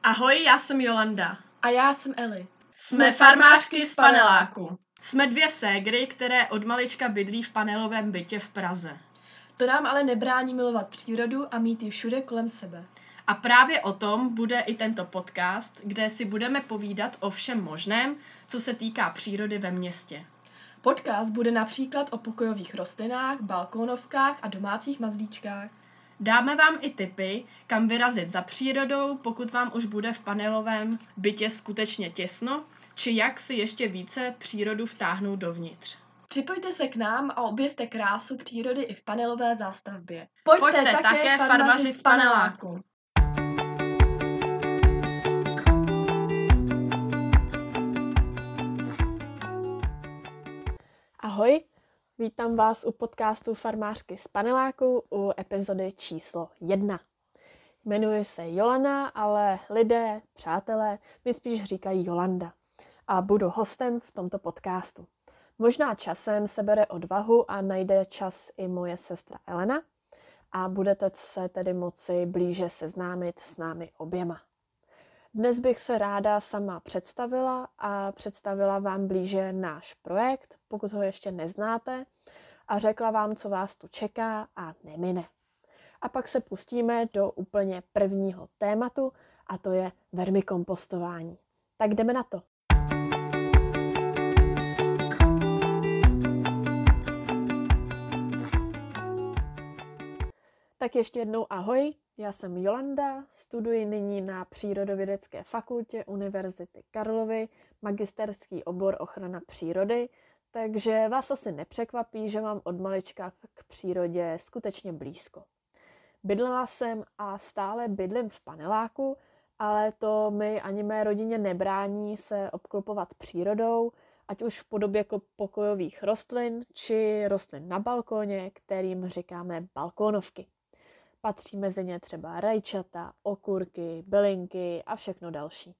Ahoj, já jsem Jolanda. A já jsem Eli. Jsme farmářky z paneláku. Jsme dvě ségry, které od malička bydlí v panelovém bytě v Praze. To nám ale nebrání milovat přírodu a mít ji všude kolem sebe. A právě o tom bude i tento podcast, kde si budeme povídat o všem možném, co se týká přírody ve městě. Podcast bude například o pokojových rostlinách, balkónovkách a domácích mazlíčkách. Dáme vám i tipy, kam vyrazit za přírodou, pokud vám už bude v panelovém bytě skutečně těsno, či jak si ještě více přírodu vtáhnout dovnitř. Připojte se k nám a objevte krásu přírody i v panelové zástavbě. Pojďte také farmařit z paneláku. Ahoj, vítám vás u podcastu Farmářky z paneláku u epizody číslo 1. Jmenuji se Jolana, ale lidé, přátelé mi spíš říkají Jolanda a budu hostem v tomto podcastu. Možná časem se bere odvahu a najde čas i moje sestra Elena a budete se tedy moci blíže seznámit s námi oběma. Dnes bych se ráda sama představila a představila vám blíže náš projekt, pokud ho ještě neznáte, a řekla vám, co vás tu čeká a nemine. A pak se pustíme do úplně prvního tématu, a to je vermikompostování. Tak jdeme na to. Tak ještě jednou ahoj, já jsem Jolanda, studuji nyní na Přírodovědecké fakultě Univerzity Karlovy, magisterský obor ochrana přírody, takže vás asi nepřekvapí, že mám od malička k přírodě skutečně blízko. Bydlela jsem a stále bydlím v paneláku, ale to mi ani mé rodině nebrání se obklopovat přírodou, ať už v podobě pokojových rostlin, či rostlin na balkóně, kterým říkáme balkónovky. Patří mezi ně třeba rajčata, okurky, bylinky a všechno další.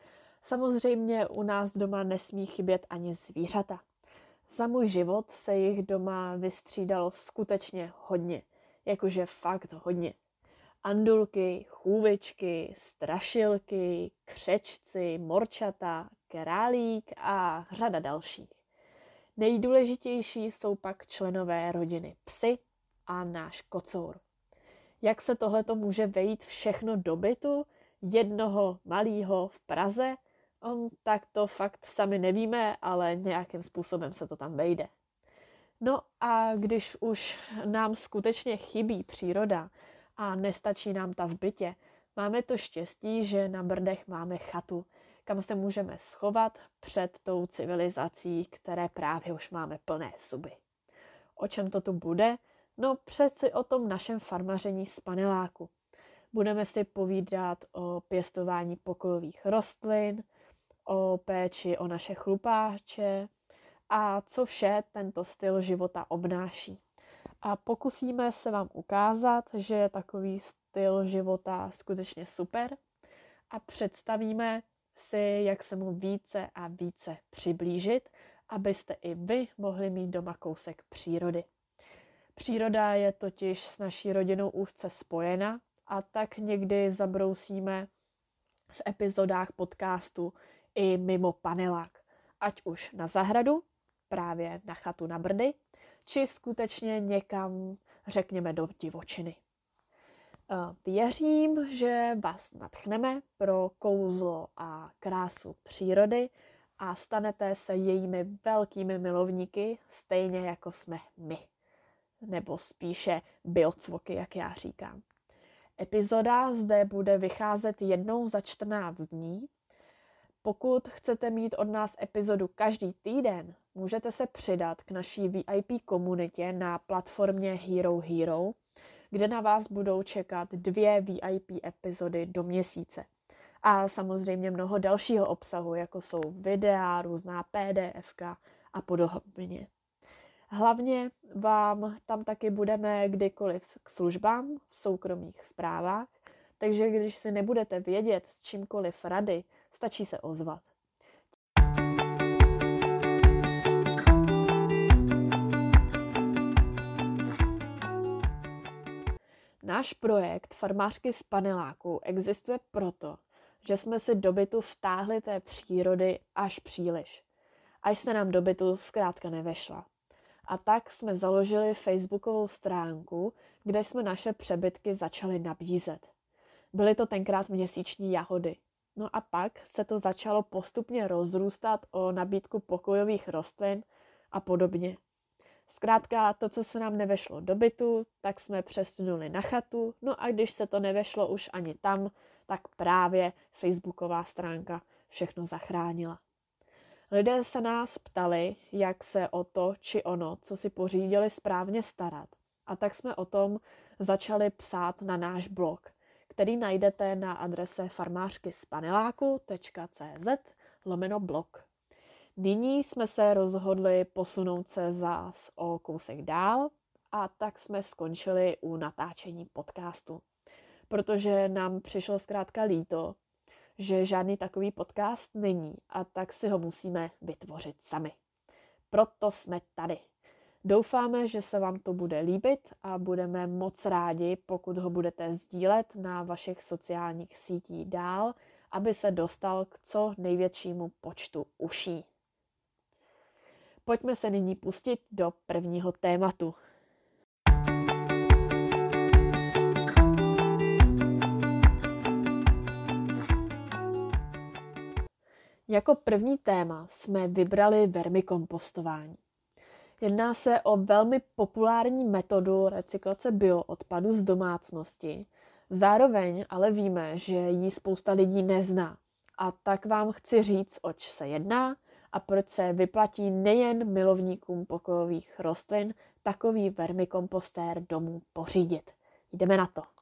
Samozřejmě u nás doma nesmí chybět ani zvířata. Za můj život se jich doma vystřídalo skutečně hodně, jakože fakt hodně. Andulky, chůvičky, strašilky, křečci, morčata, králík a řada dalších. Nejdůležitější jsou pak členové rodiny psy a náš kocour. Jak se tohleto může vejít všechno do bytu, jednoho malýho v Praze, tak to fakt sami nevíme, ale nějakým způsobem se to tam vejde. No a když už nám skutečně chybí příroda a nestačí nám ta v bytě, máme to štěstí, že na Brdech máme chatu, kam se můžeme schovat před tou civilizací, které právě už máme plné zuby. O čem to tu bude? No přeci o tom našem farmaření z paneláku. Budeme si povídat o pěstování pokojových rostlin, o péči o naše chlupáče a co vše tento styl života obnáší. A pokusíme se vám ukázat, že je takový styl života skutečně super a představíme si, jak se mu více a více přiblížit, abyste i vy mohli mít doma kousek přírody. Příroda je totiž s naší rodinou úzce spojena a tak někdy zabrousíme v epizodách podcastu i mimo panelák. Ať už na zahradu, právě na chatu na Brdy, či skutečně někam, řekněme, do divočiny. Věřím, že vás nadchneme pro kouzlo a krásu přírody a stanete se jejími velkými milovníky, stejně jako jsme my. Nebo spíše biocvoky, jak já říkám. Epizoda zde bude vycházet jednou za 14 dní. Pokud chcete mít od nás epizodu každý týden, můžete se přidat k naší VIP komunitě na platformě Hero Hero, kde na vás budou čekat 2 VIP epizody do měsíce. A samozřejmě mnoho dalšího obsahu, jako jsou videa, různá PDFka a podobně. Hlavně vám tam taky budeme kdykoliv k službám v soukromých zprávách, takže když si nebudete vědět s čímkoliv rady, stačí se ozvat. Náš projekt Farmářky z paneláku existuje proto, že jsme si do bytu vtáhli té přírody až příliš. Až se nám do bytu zkrátka nevešla. A tak jsme založili facebookovou stránku, kde jsme naše přebytky začali nabízet. Byly to tenkrát měsíční jahody. No a pak se to začalo postupně rozrůstat o nabídku pokojových rostlin a podobně. Zkrátka to, co se nám nevešlo do bytu, tak jsme přesunuli na chatu, no a když se to nevešlo už ani tam, tak právě facebooková stránka všechno zachránila. Lidé se nás ptali, jak se o to či ono, co si pořídili, správně starat. A tak jsme o tom začali psát na náš blog, který najdete na adrese farmářskyspaneláku.cz/blog. Nyní jsme se rozhodli posunout se zás o kousek dál a tak jsme skončili u natáčení podcastu. Protože nám přišlo zkrátka líto, že žádný takový podcast není a tak si ho musíme vytvořit sami. Proto jsme tady. Doufáme, že se vám to bude líbit a budeme moc rádi, pokud ho budete sdílet na vašich sociálních sítích dál, aby se dostal k co největšímu počtu uší. Pojďme se nyní pustit do prvního tématu. Jako první téma jsme vybrali vermikompostování. Jedná se o velmi populární metodu recyklace bioodpadu z domácnosti. Zároveň ale víme, že ji spousta lidí nezná. A tak vám chci říct, oč se jedná a proč se vyplatí nejen milovníkům pokojových rostlin takový vermikompostér domů pořídit. Jdeme na to.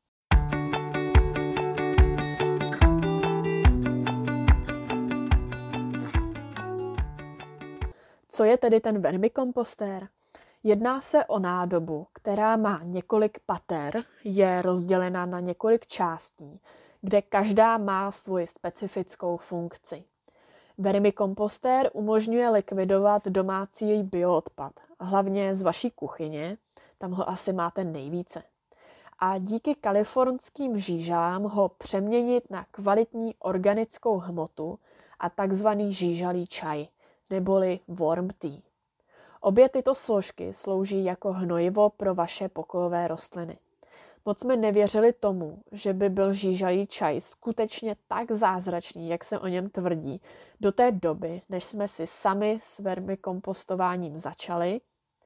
Co je tedy ten vermikompostér? Jedná se o nádobu, která má několik pater, je rozdělena na několik částí, kde každá má svoji specifickou funkci. Vermikompostér umožňuje likvidovat domácí bioodpad, hlavně z vaší kuchyně, tam ho asi máte nejvíce. A díky kalifornským žížalám ho přeměnit na kvalitní organickou hmotu a takzvaný žížalí čaj, neboli warm tea. Obě tyto složky slouží jako hnojivo pro vaše pokojové rostliny. Moc jsme nevěřili tomu, že by byl žížalí čaj skutečně tak zázračný, jak se o něm tvrdí, do té doby, než jsme si sami s vermikompostováním začali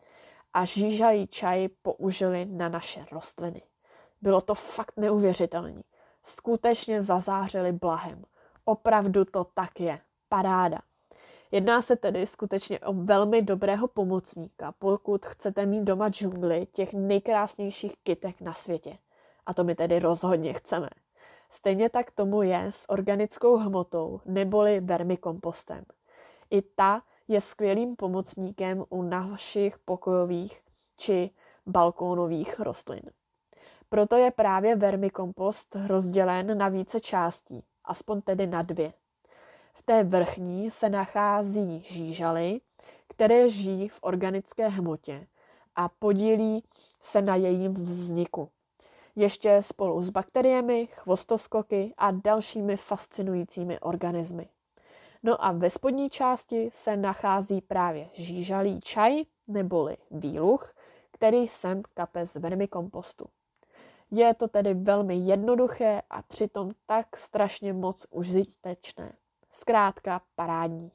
a žížalí čaj použili na naše rostliny. Bylo to fakt neuvěřitelné. Skutečně zazářili blahem. Opravdu to tak je. Paráda. Jedná se tedy skutečně o velmi dobrého pomocníka, pokud chcete mít doma džungli těch nejkrásnějších kytek na světě. A to my tedy rozhodně chceme. Stejně tak tomu je s organickou hmotou neboli vermikompostem. I ta je skvělým pomocníkem u našich pokojových či balkónových rostlin. Proto je právě vermikompost rozdělen na více částí, aspoň tedy na 2. V té vrchní se nachází žížaly, které žijí v organické hmotě a podílí se na jejím vzniku. Ještě spolu s bakteriemi, chvostoskoky a dalšími fascinujícími organismy. No a ve spodní části se nachází právě žížalí čaj neboli výluch, který sem kape z vermikompostu. Je to tedy velmi jednoduché a přitom tak strašně moc užitečné. Zkrátka parádní.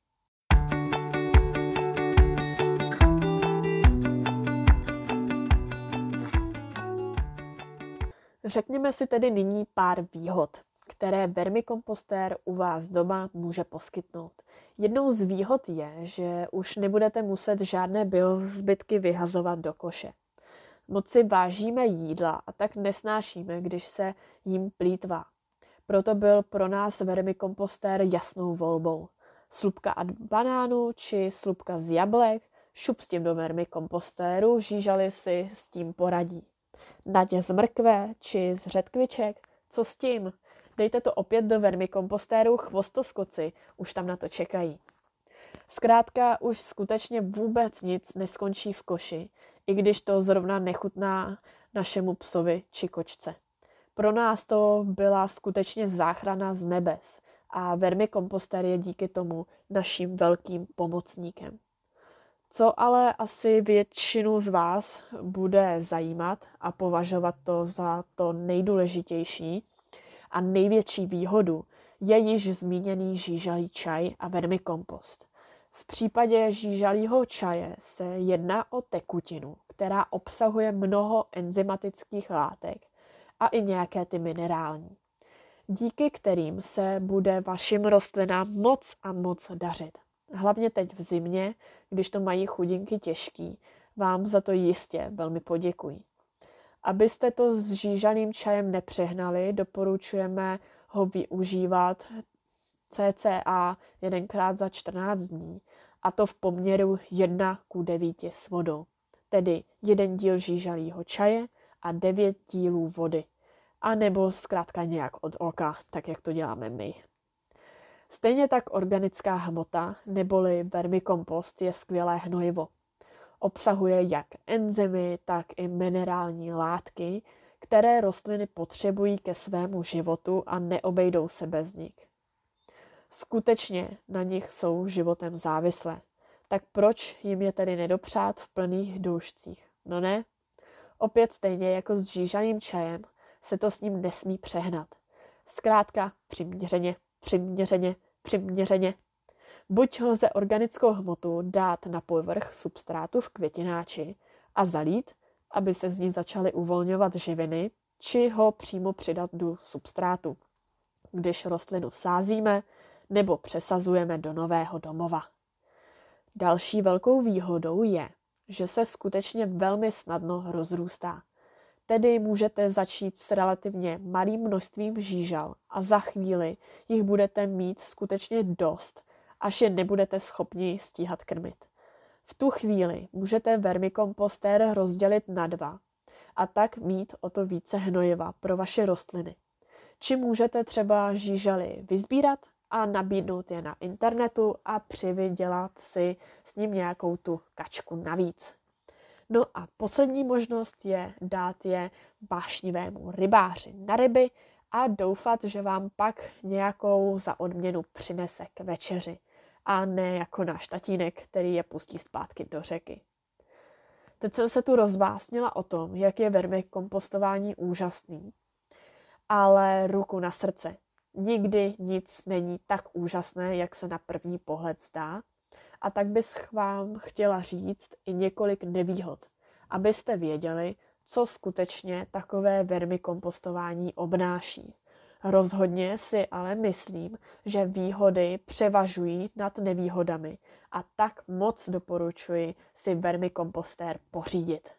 Řekněme si tedy nyní pár výhod, které vermikompostér u vás doma může poskytnout. Jednou z výhod je, že už nebudete muset žádné biozbytky vyhazovat do koše. Moc si vážíme jídla a tak nesnášíme, když se jim plýtvá. Proto byl pro nás vermikompostér jasnou volbou. Slupka od banánu či slupka z jablek, šup s tím do vermikompostéru, žížaly si s tím poradí. Natě z mrkve či z řetkviček, co s tím? Dejte to opět do vermikompostéru, chvostoskoci už tam na to čekají. Zkrátka už skutečně vůbec nic neskončí v koši, i když to zrovna nechutná našemu psovi či kočce. Pro nás to byla skutečně záchrana z nebes a vermikomposter je díky tomu naším velkým pomocníkem. Co ale asi většinu z vás bude zajímat a považovat to za to nejdůležitější a největší výhodu, je již zmíněný žížalí čaj a vermikompost. V případě žížalího čaje se jedná o tekutinu, která obsahuje mnoho enzymatických látek a i nějaké ty minerální, díky kterým se bude vašim rostlinám moc a moc dařit. Hlavně teď v zimě, když to mají chudinky těžký, vám za to jistě velmi poděkují. Abyste to s žížalým čajem nepřehnali, doporučujeme ho využívat cca 1x za 14 dní, a to v poměru 1:9 s vodou, tedy 1 díl žížalího čaje a 9 dílů vody, a nebo zkrátka nějak od oka, tak jak to děláme my. Stejně tak organická hmota neboli vermikompost je skvělé hnojivo. Obsahuje jak enzymy, tak i minerální látky, které rostliny potřebují ke svému životu a neobejdou se bez nich. Skutečně na nich jsou životem závislé. Tak proč jim je tedy nedopřát v plných doušcích? No ne? Opět stejně jako s žížalým čajem se to s ním nesmí přehnat. Zkrátka přiměřeně. Buď lze organickou hmotu dát na povrch substrátu v květináči a zalít, aby se z ní začaly uvolňovat živiny, či ho přímo přidat do substrátu, když rostlinu sázíme nebo přesazujeme do nového domova. Další velkou výhodou je, že se skutečně velmi snadno rozrůstá. Tedy můžete začít s relativně malým množstvím žížal a za chvíli jich budete mít skutečně dost, až je nebudete schopni stíhat krmit. V tu chvíli můžete vermikompostér rozdělit na 2 a tak mít o to více hnojiva pro vaše rostliny. Či můžete třeba žížaly vysbírat a nabídnout je na internetu a přivydělat si s ním nějakou tu kačku navíc. No a poslední možnost je dát je vášnivému rybáři na ryby a doufat, že vám pak nějakou za odměnu přinese k večeři. A ne jako náš tatínek, který je pustí zpátky do řeky. Teď jsem se tu rozbásnila o tom, jak je vermikompostování úžasný. Ale ruku na srdce. Nikdy nic není tak úžasné, jak se na první pohled zdá. A tak bych vám chtěla říct i několik nevýhod, abyste věděli, co skutečně takové vermikompostování obnáší. Rozhodně si ale myslím, že výhody převažují nad nevýhodami a tak moc doporučuji si vermikompostér pořídit.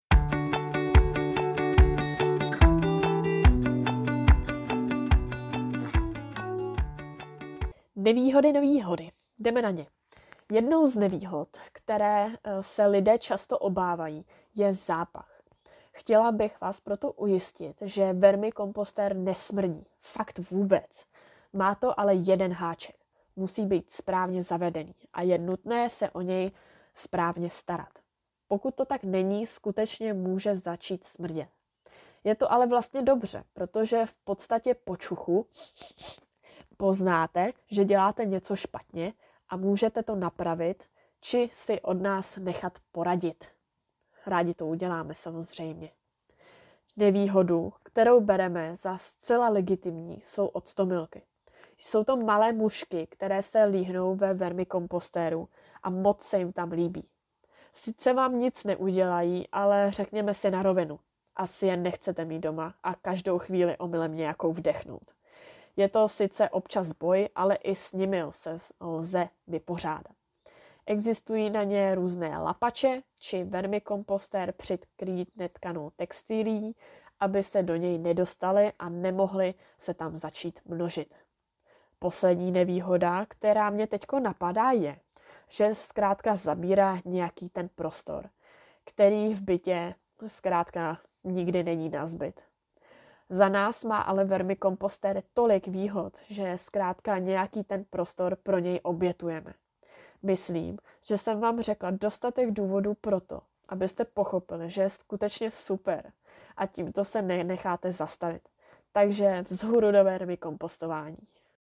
Nevýhody. Jdeme na ně. Jednou z nevýhod, které se lidé často obávají, je zápach. Chtěla bych vás proto ujistit, že vermikompostér nesmrdí. Fakt vůbec. Má to ale jeden háček. Musí být správně zavedený a je nutné se o něj správně starat. Pokud to tak není, skutečně může začít smrdět. Je to ale vlastně dobře, protože v podstatě po čuchu poznáte, že děláte něco špatně a můžete to napravit, či si od nás nechat poradit. Rádi to uděláme samozřejmě. Nevýhodu, kterou bereme za zcela legitimní, jsou octomilky. Jsou to malé mušky, které se líhnou ve vermikompostéru a moc se jim tam líbí. Sice vám nic neudělají, ale řekněme si na rovinu. Asi je nechcete mít doma a každou chvíli omylem nějakou vdechnout. Je to sice občas boj, ale i s nimi se lze vypořádat. Existují na ně různé lapače či vermikompostér přikrýt netkanou textilií, aby se do něj nedostali a nemohli se tam začít množit. Poslední nevýhoda, která mě teďko napadá, je, že zkrátka zabírá nějaký ten prostor, který v bytě zkrátka nikdy není nazbyt. Za nás má ale vermikompostér tolik výhod, že zkrátka nějaký ten prostor pro něj obětujeme. Myslím, že jsem vám řekla dostatek důvodů pro to, abyste pochopili, že je skutečně super a tímto se nenecháte zastavit. Takže vzhůru do vermikompostování.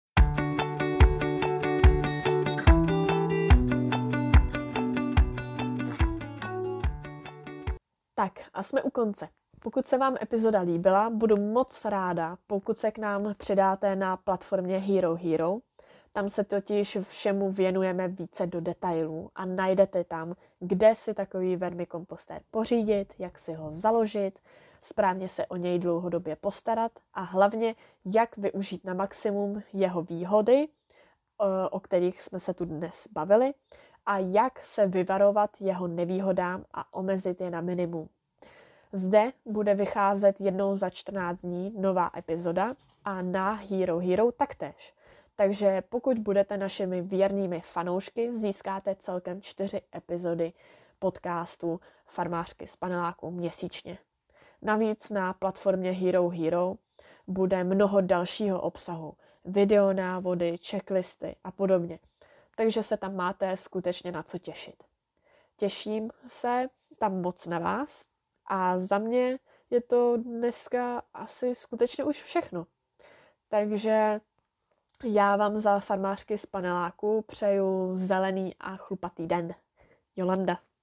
Tak a jsme u konce. Pokud se vám epizoda líbila, budu moc ráda, pokud se k nám přidáte na platformě Hero Hero. Tam se totiž všemu věnujeme více do detailů a najdete tam, kde si takový vermikompostér pořídit, jak si ho založit, správně se o něj dlouhodobě postarat a hlavně, jak využít na maximum jeho výhody, o kterých jsme se tu dnes bavili, a jak se vyvarovat jeho nevýhodám a omezit je na minimum. Zde bude vycházet jednou za 14 dní nová epizoda a na Hero Hero taktéž. Takže pokud budete našimi věrnými fanoušky, získáte celkem 4 epizody podcastu Farmářky z paneláku měsíčně. Navíc na platformě Hero Hero bude mnoho dalšího obsahu, videonávody, checklisty a podobně. Takže se tam máte skutečně na co těšit. Těším se tam moc na vás a za mě je to dneska asi skutečně už všechno. Takže já vám za Farmářky z paneláku přeju zelený a chlupatý den. Jolanda.